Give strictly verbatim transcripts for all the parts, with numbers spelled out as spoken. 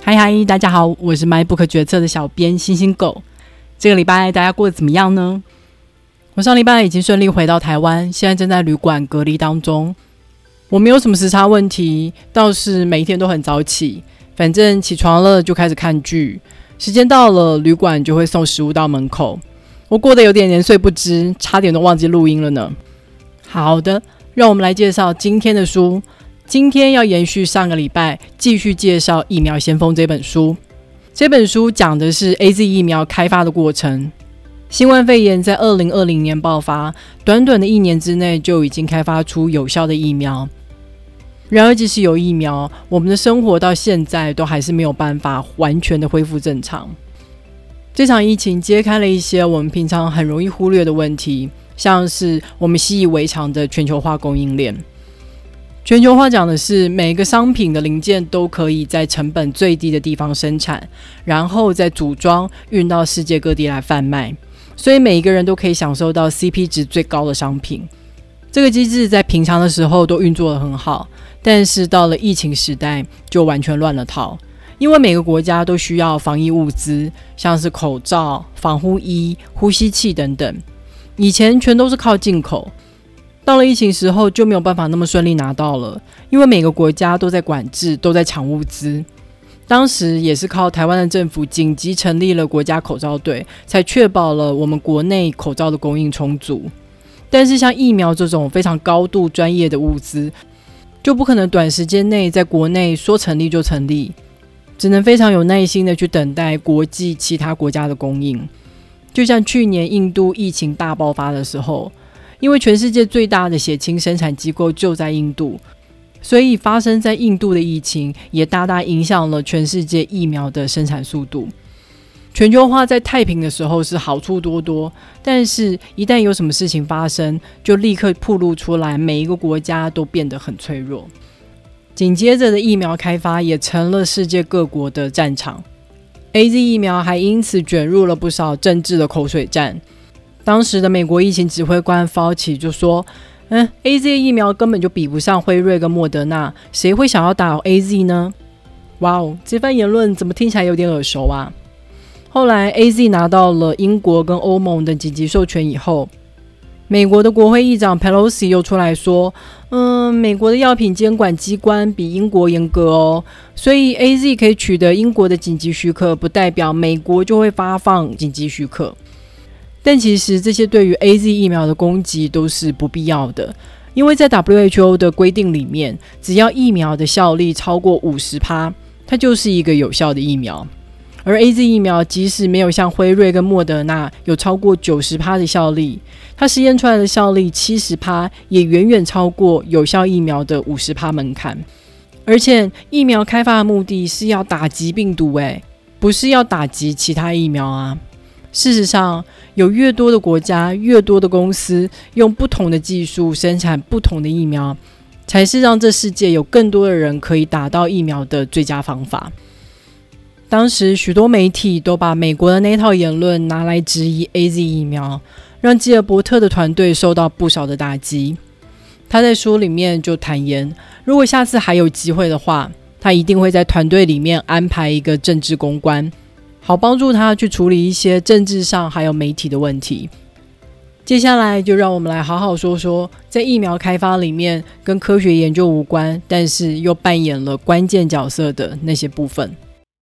嗨嗨，大家好，我是 MyBook 决策的小编星星狗。这个礼拜大家过得怎么样呢？我上礼拜已经顺利回到台湾，现在正在旅馆隔离当中。我没有什么时差问题，倒是每一天都很早起，反正起床了就开始看剧，时间到了旅馆就会送食物到门口。我过得有点年岁不知，差点都忘记录音了呢。好的，让我们来介绍今天的书。今天要延续上个礼拜，继续介绍《疫苗先锋》这本书。这本书讲的是 A Z 疫苗开发的过程。新冠肺炎在二零二零年爆发，短短的一年之内就已经开发出有效的疫苗。然而即使有疫苗，我们的生活到现在都还是没有办法完全的恢复正常。这场疫情揭开了一些我们平常很容易忽略的问题，像是我们习以为常的全球化供应链。全球化讲的是每个商品的零件都可以在成本最低的地方生产，然后再组装运到世界各地来贩卖，所以每一个人都可以享受到 C P 值最高的商品。这个机制在平常的时候都运作得很好，但是到了疫情时代就完全乱了套，因为每个国家都需要防疫物资，像是口罩、防护衣、呼吸器等等，以前全都是靠进口，到了疫情时候就没有办法那么顺利拿到了，因为每个国家都在管制，都在抢物资。当时也是靠台湾的政府紧急成立了国家口罩队，才确保了我们国内口罩的供应充足。但是像疫苗这种非常高度专业的物资，就不可能短时间内在国内说成立就成立，只能非常有耐心的去等待国际其他国家的供应。就像去年印度疫情大爆发的时候，因为全世界最大的血清生产机构就在印度，所以发生在印度的疫情也大大影响了全世界疫苗的生产速度。全球化在太平的时候是好处多多，但是一旦有什么事情发生，就立刻暴露出来，每一个国家都变得很脆弱。紧接着的疫苗开发也成了世界各国的战场， A Z 疫苗还因此卷入了不少政治的口水战。当时的美国疫情指挥官 Fauci 就说，嗯 A Z 疫苗根本就比不上辉瑞跟莫德纳，谁会想要打 A Z 呢？哇哦，这番言论怎么听起来有点耳熟啊？后来 A Z 拿到了英国跟欧盟的紧急授权以后，美国的国会议长 Pelosi 又出来说，嗯，美国的药品监管机关比英国严格哦，所以 A Z 可以取得英国的紧急许可，不代表美国就会发放紧急许可。但其实这些对于 A Z 疫苗的攻击都是不必要的，因为在 W H O 的规定里面，只要疫苗的效力超过 百分之五十， 它就是一个有效的疫苗。而 A Z 疫苗即使没有像辉瑞跟莫德纳有超过 百分之九十 的效力，它实验出来的效力 百分之七十 也远远超过有效疫苗的 百分之五十 门槛。而且疫苗开发的目的是要打击病毒耶，不是要打击其他疫苗啊。事实上，有越多的国家，越多的公司用不同的技术生产不同的疫苗，才是让这世界有更多的人可以打到疫苗的最佳方法。当时许多媒体都把美国的那套言论拿来质疑 A Z 疫苗，让基尔伯特的团队受到不少的打击。他在书里面就坦言，如果下次还有机会的话，他一定会在团队里面安排一个政治公关，好帮助他去处理一些政治上还有媒体的问题。接下来就让我们来好好说说，在疫苗开发里面跟科学研究无关，但是又扮演了关键角色的那些部分。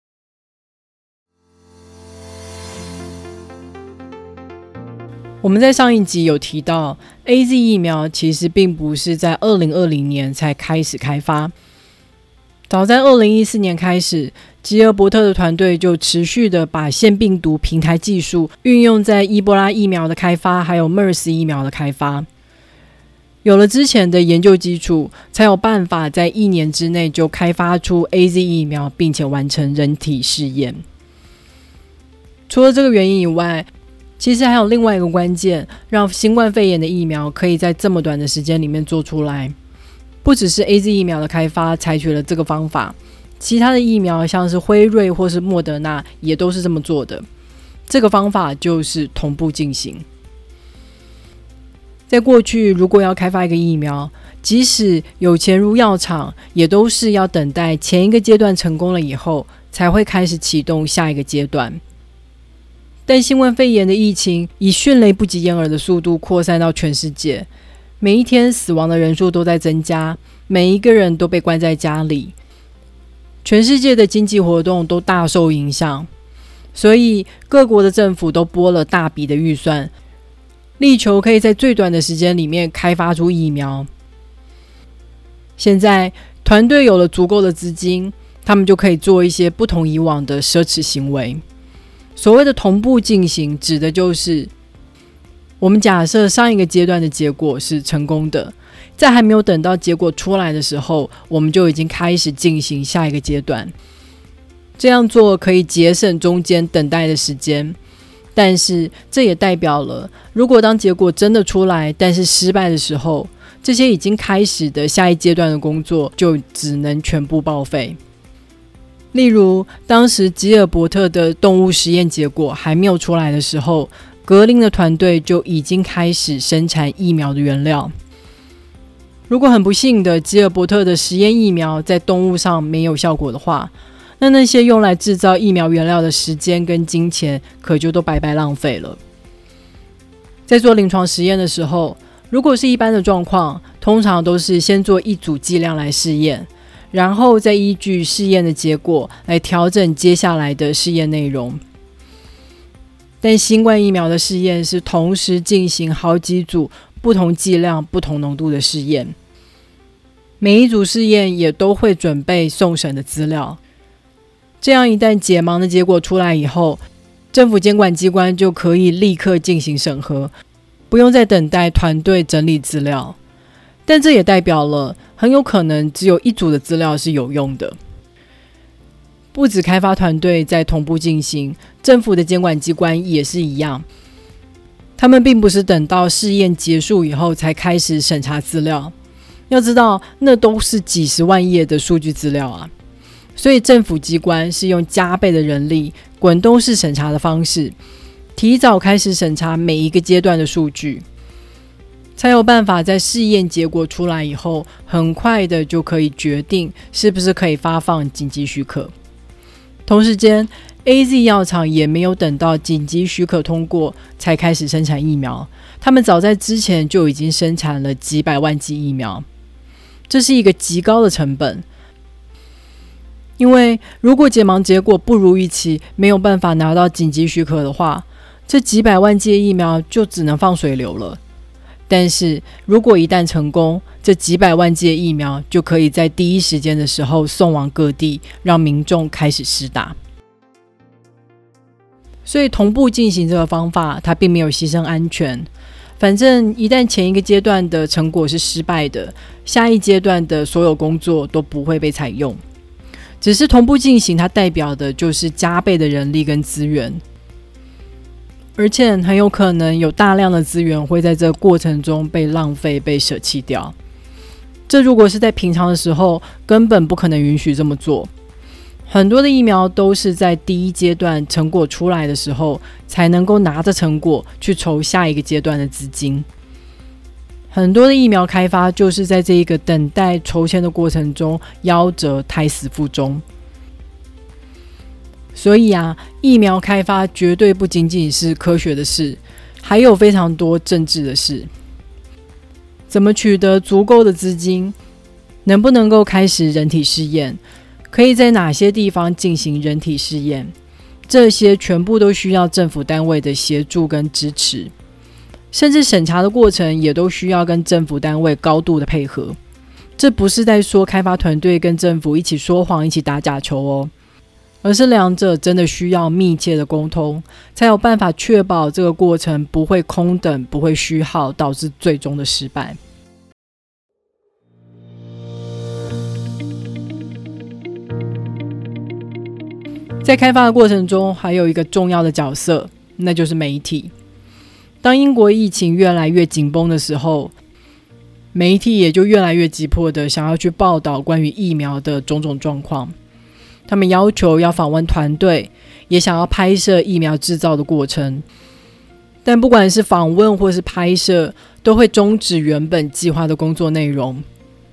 我们在上一集有提到 A Z 疫苗其实并不是在二零二零年才开始开发，早在二零一四年开始，吉尔伯特的团队就持续的把腺病毒平台技术运用在伊波拉疫苗的开发还有 MERS 疫苗的开发。有了之前的研究基础，才有办法在一年之内就开发出 A Z 疫苗，并且完成人体试验。除了这个原因以外，其实还有另外一个关键，让新冠肺炎的疫苗可以在这么短的时间里面做出来。不只是 A Z 疫苗的开发采取了这个方法，其他的疫苗像是辉瑞或是莫德纳也都是这么做的。这个方法就是同步进行。在过去，如果要开发一个疫苗，即使有钱如药厂，也都是要等待前一个阶段成功了以后， 才会开始启动下一个阶段。但新冠肺炎的疫情以迅雷不及掩耳的速度扩散到全世界，每一天死亡的人数都在增加，每一个人都被关在家里，全世界的经济活动都大受影响，所以各国的政府都拨了大笔的预算，力求可以在最短的时间里面开发出疫苗。现在团队有了足够的资金，他们就可以做一些不同以往的奢侈行为。所谓的同步进行，指的就是我们假设上一个阶段的结果是成功的，在还没有等到结果出来的时候，我们就已经开始进行下一个阶段。这样做可以节省中间等待的时间，但是这也代表了，如果当结果真的出来，但是失败的时候，这些已经开始的下一阶段的工作就只能全部报废。例如，当时吉尔伯特的动物实验结果还没有出来的时候，格林的团队就已经开始生产疫苗的原料。如果很不幸的吉尔伯特的实验疫苗在动物上没有效果的话，那那些用来制造疫苗原料的时间跟金钱可就都白白浪费了。在做临床实验的时候，如果是一般的状况，通常都是先做一组剂量来试验，然后再依据试验的结果来调整接下来的试验内容。但新冠疫苗的试验是同时进行好几组不同剂量、不同浓度的试验，每一组试验也都会准备送审的资料。这样一旦解盲的结果出来以后，政府监管机关就可以立刻进行审核，不用再等待团队整理资料。但这也代表了很有可能只有一组的资料是有用的。不止开发团队在同步进行，政府的监管机关也是一样，他们并不是等到试验结束以后才开始审查资料，要知道那都是几十万页的数据资料啊。所以政府机关是用加倍的人力，滚动式审查的方式，提早开始审查每一个阶段的数据，才有办法在试验结果出来以后，很快的就可以决定是不是可以发放紧急许可。同时间 A Z 药厂也没有等到紧急许可通过才开始生产疫苗，他们早在之前就已经生产了几百万剂疫苗，这是一个极高的成本。因为如果解盲结果不如预期，没有办法拿到紧急许可的话，这几百万剂疫苗就只能放水流了。但是如果一旦成功，这几百万剂疫苗就可以在第一时间的时候送往各地，让民众开始施打。所以同步进行这个方法，它并没有牺牲安全。反正一旦前一个阶段的成果是失败的，下一阶段的所有工作都不会被采用。只是同步进行，它代表的就是加倍的人力跟资源，而且很有可能有大量的资源会在这个过程中被浪费、被舍弃掉。这如果是在平常的时候，根本不可能允许这么做。很多的疫苗都是在第一阶段成果出来的时候，才能够拿着成果去筹下一个阶段的资金。很多的疫苗开发就是在这一个等待筹钱的过程中夭折、胎死腹中。所以啊，疫苗开发绝对不仅仅是科学的事，还有非常多政治的事。怎么取得足够的资金？能不能够开始人体试验？可以在哪些地方进行人体试验？这些全部都需要政府单位的协助跟支持。甚至审查的过程也都需要跟政府单位高度的配合。这不是在说开发团队跟政府一起说谎、一起打假球哦，而是两者真的需要密切的沟通，才有办法确保这个过程不会空等、不会虚耗，导致最终的失败。在开发的过程中，还有一个重要的角色，那就是媒体。当英国疫情越来越紧绷的时候，媒体也就越来越急迫的想要去报道关于疫苗的种种状况。他们要求要访问团队，也想要拍摄疫苗制造的过程。但不管是访问或是拍摄，都会终止原本计划的工作内容。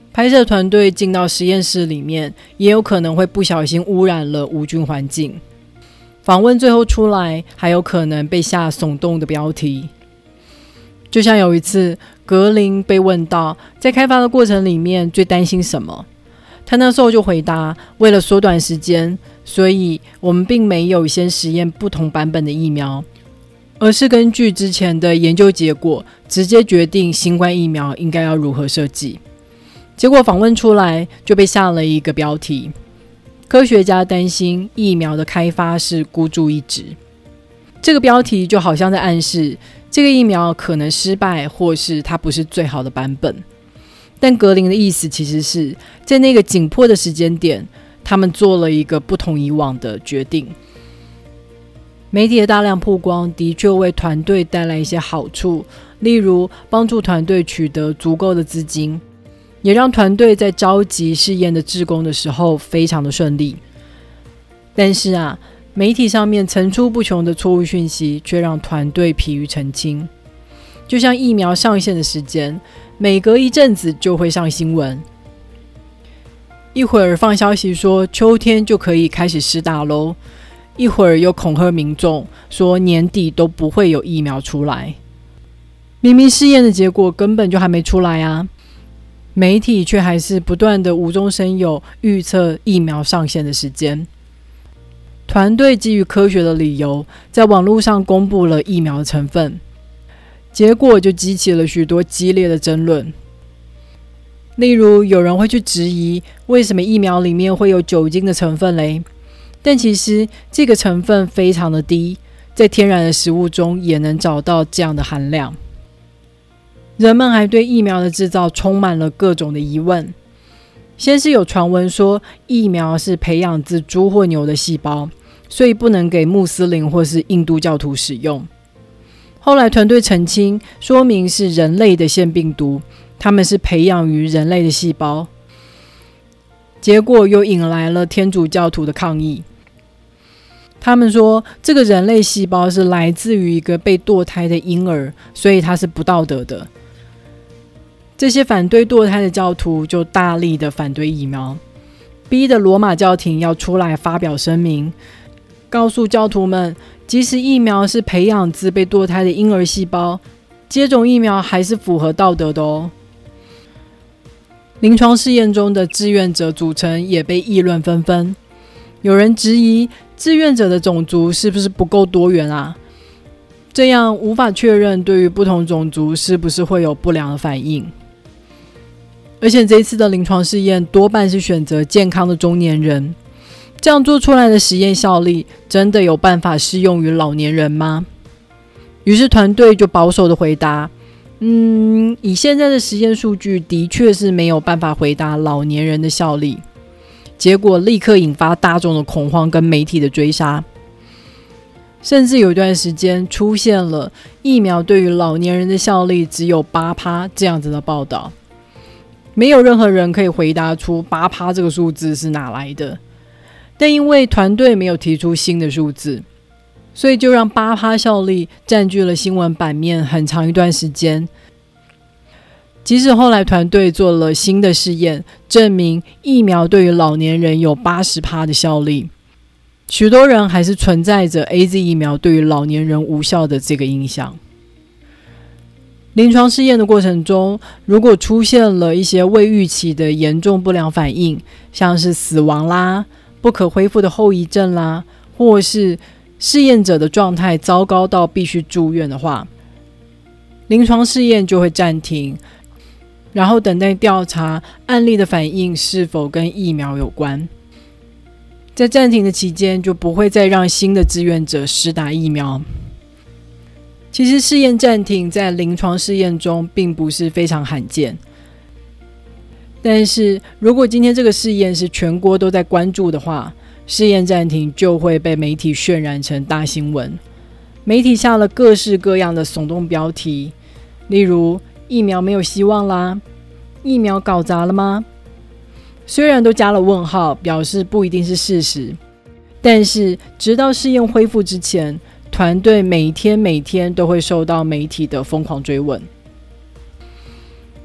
拍摄团队进到实验室里面，也有可能会不小心污染了无菌环境。访问最后出来，还有可能被下耸动的标题。就像有一次，格林被问到在开发的过程里面最担心什么，他那时候就回答：为了缩短时间，所以我们并没有先实验不同版本的疫苗，而是根据之前的研究结果，直接决定新冠疫苗应该要如何设计。结果访问出来就被下了一个标题：科学家担心疫苗的开发是孤注一掷。这个标题就好像在暗示这个疫苗可能失败，或是它不是最好的版本。但格林的意思其实是在那个紧迫的时间点，他们做了一个不同以往的决定。媒体的大量曝光的确为团队带来一些好处，例如帮助团队取得足够的资金，也让团队在召集试验的志工的时候非常的顺利。但是啊，媒体上面层出不穷的错误讯息却让团队疲于澄清。就像疫苗上线的时间，每隔一阵子就会上新闻，一会儿放消息说秋天就可以开始施打咯，一会儿又恐吓民众说年底都不会有疫苗出来。明明试验的结果根本就还没出来啊，媒体却还是不断的无中生有预测疫苗上线的时间。团队基于科学的理由，在网络上公布了疫苗的成分，结果就激起了许多激烈的争论。例如，有人会去质疑为什么疫苗里面会有酒精的成分嘞？但其实这个成分非常的低，在天然的食物中也能找到这样的含量。人们还对疫苗的制造充满了各种的疑问。先是有传闻说疫苗是培养自猪或牛的细胞，所以不能给穆斯林或是印度教徒使用。后来团队澄清，说明是人类的腺病毒，他们是培养于人类的细胞。结果又引来了天主教徒的抗议。他们说这个人类细胞是来自于一个被堕胎的婴儿，所以它是不道德的。这些反对堕胎的教徒就大力的反对疫苗，逼得罗马教廷要出来发表声明，告诉教徒们，即使疫苗是培养自被堕胎的婴儿细胞，接种疫苗还是符合道德的哦。临床试验中的志愿者组成也被议论纷纷，有人质疑志愿者的种族是不是不够多元啊？这样无法确认对于不同种族是不是会有不良的反应。而且这一次的临床试验多半是选择健康的中年人，这样做出来的实验效力真的有办法适用于老年人吗？于是团队就保守的回答，嗯，以现在的实验数据的确是没有办法回答老年人的效力。结果立刻引发大众的恐慌跟媒体的追杀，甚至有一段时间出现了疫苗对于老年人的效力只有 百分之八 这样子的报道。没有任何人可以回答出 百分之八 这个数字是哪来的，但因为团队没有提出新的数字，所以就让 百分之八 效力占据了新闻版面很长一段时间。即使后来团队做了新的试验，证明疫苗对于老年人有 百分之八十 的效力，许多人还是存在着 A Z 疫苗对于老年人无效的这个印象。临床试验的过程中，如果出现了一些未预期的严重不良反应，像是死亡啦、不可恢复的后遗症啦，或是试验者的状态糟糕到必须住院的话，临床试验就会暂停，然后等待调查案例的反应是否跟疫苗有关。在暂停的期间，就不会再让新的志愿者施打疫苗。其实试验暂停在临床试验中并不是非常罕见，但是如果今天这个试验是全国都在关注的话，试验暂停就会被媒体渲染成大新闻。媒体下了各式各样的耸动标题，例如疫苗没有希望啦，疫苗搞砸了吗？虽然都加了问号，表示不一定是事实，但是直到试验恢复之前，团队每天每天都会受到媒体的疯狂追问。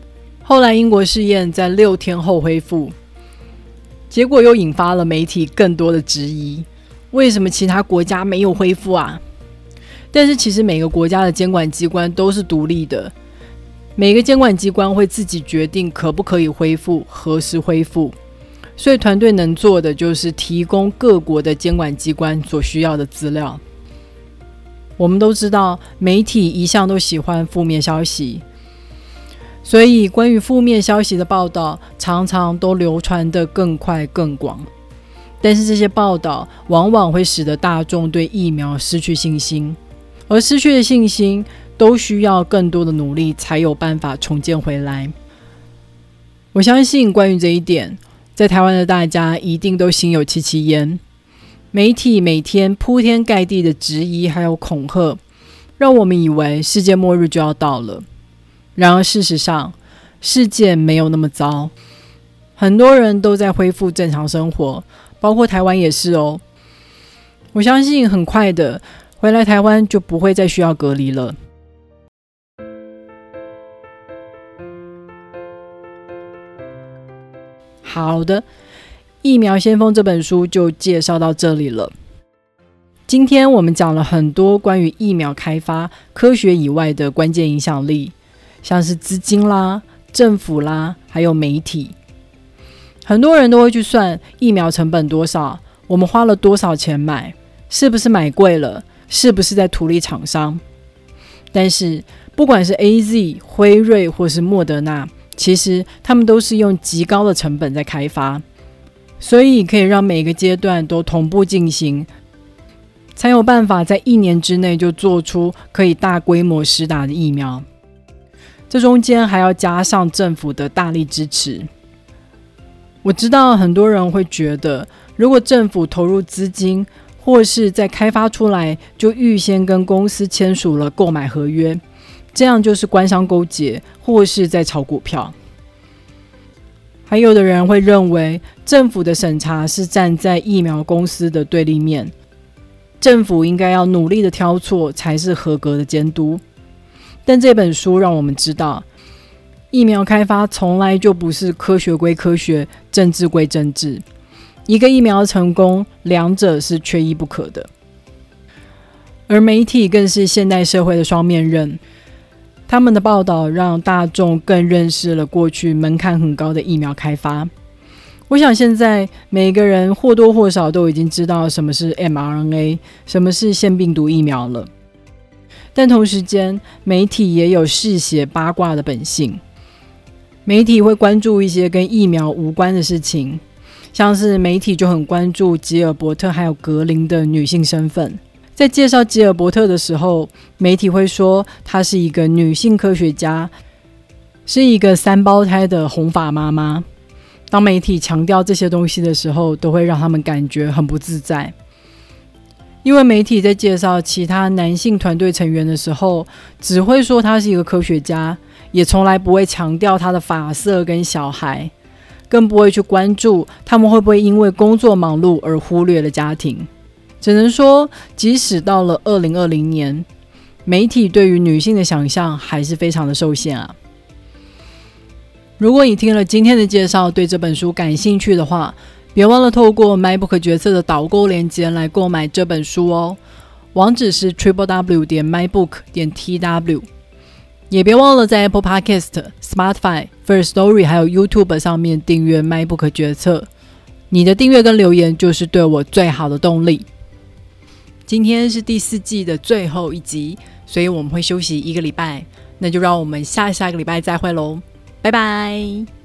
后来英国试验在六天后恢复，结果又引发了媒体更多的质疑，为什么其他国家没有恢复啊？但是其实每个国家的监管机关都是独立的，每个监管机关会自己决定可不可以恢复，何时恢复，所以团队能做的就是提供各国的监管机关所需要的资料。我们都知道媒体一向都喜欢负面消息，所以关于负面消息的报道常常都流传得更快更广，但是这些报道往往会使得大众对疫苗失去信心，而失去的信心都需要更多的努力才有办法重建回来。我相信关于这一点，在台湾的大家一定都心有戚戚焉。媒体每天铺天盖地的质疑还有恐吓，让我们以为世界末日就要到了。然而事实上，世界没有那么糟，很多人都在恢复正常生活，包括台湾也是哦。我相信很快的，回来台湾就不会再需要隔离了。好的，疫苗先锋这本书就介绍到这里了。今天我们讲了很多关于疫苗开发科学以外的关键影响力，像是资金啦、政府啦，还有媒体。很多人都会去算疫苗成本多少，我们花了多少钱买，是不是买贵了，是不是在图利厂商。但是不管是 A Z、辉瑞或是莫德纳，其实他们都是用极高的成本在开发，所以可以让每个阶段都同步进行，才有办法在一年之内就做出可以大规模施打的疫苗。这中间还要加上政府的大力支持。我知道很多人会觉得，如果政府投入资金，或是在开发出来就预先跟公司签署了购买合约，这样就是官商勾结，或是在炒股票。还有的人会认为，政府的审查是站在疫苗公司的对立面，政府应该要努力的挑错，才是合格的监督。但这本书让我们知道，疫苗开发从来就不是科学归科学，政治归政治。一个疫苗的成功，两者是缺一不可的。而媒体更是现代社会的双面刃，他们的报道让大众更认识了过去门槛很高的疫苗开发。我想现在每个人或多或少都已经知道什么是 M R N A， 什么是腺病毒疫苗了。但同时间，媒体也有嗜血八卦的本性。媒体会关注一些跟疫苗无关的事情，像是媒体就很关注吉尔伯特还有格林的女性身份。在介绍吉尔伯特的时候，媒体会说她是一个女性科学家，是一个三胞胎的红发妈妈。当媒体强调这些东西的时候，都会让他们感觉很不自在。因为媒体在介绍其他男性团队成员的时候，只会说他是一个科学家，也从来不会强调他的发色跟小孩，更不会去关注他们会不会因为工作忙碌而忽略了家庭。只能说，即使到了二零二零年，媒体对于女性的想象还是非常的受限啊。如果你听了今天的介绍，对这本书感兴趣的话，别忘了透过 MyBook 决策的导购链接来购买这本书哦。网址是 double u double u double u 点 mybook 点 t w。也别忘了在 Apple Podcast、Spotify、First Story 还有 YouTube 上面订阅 MyBook 决策。你的订阅跟留言就是对我最好的动力。今天是第四季的最后一集，所以我们会休息一个礼拜，那就让我们下下个礼拜再会咯，拜拜。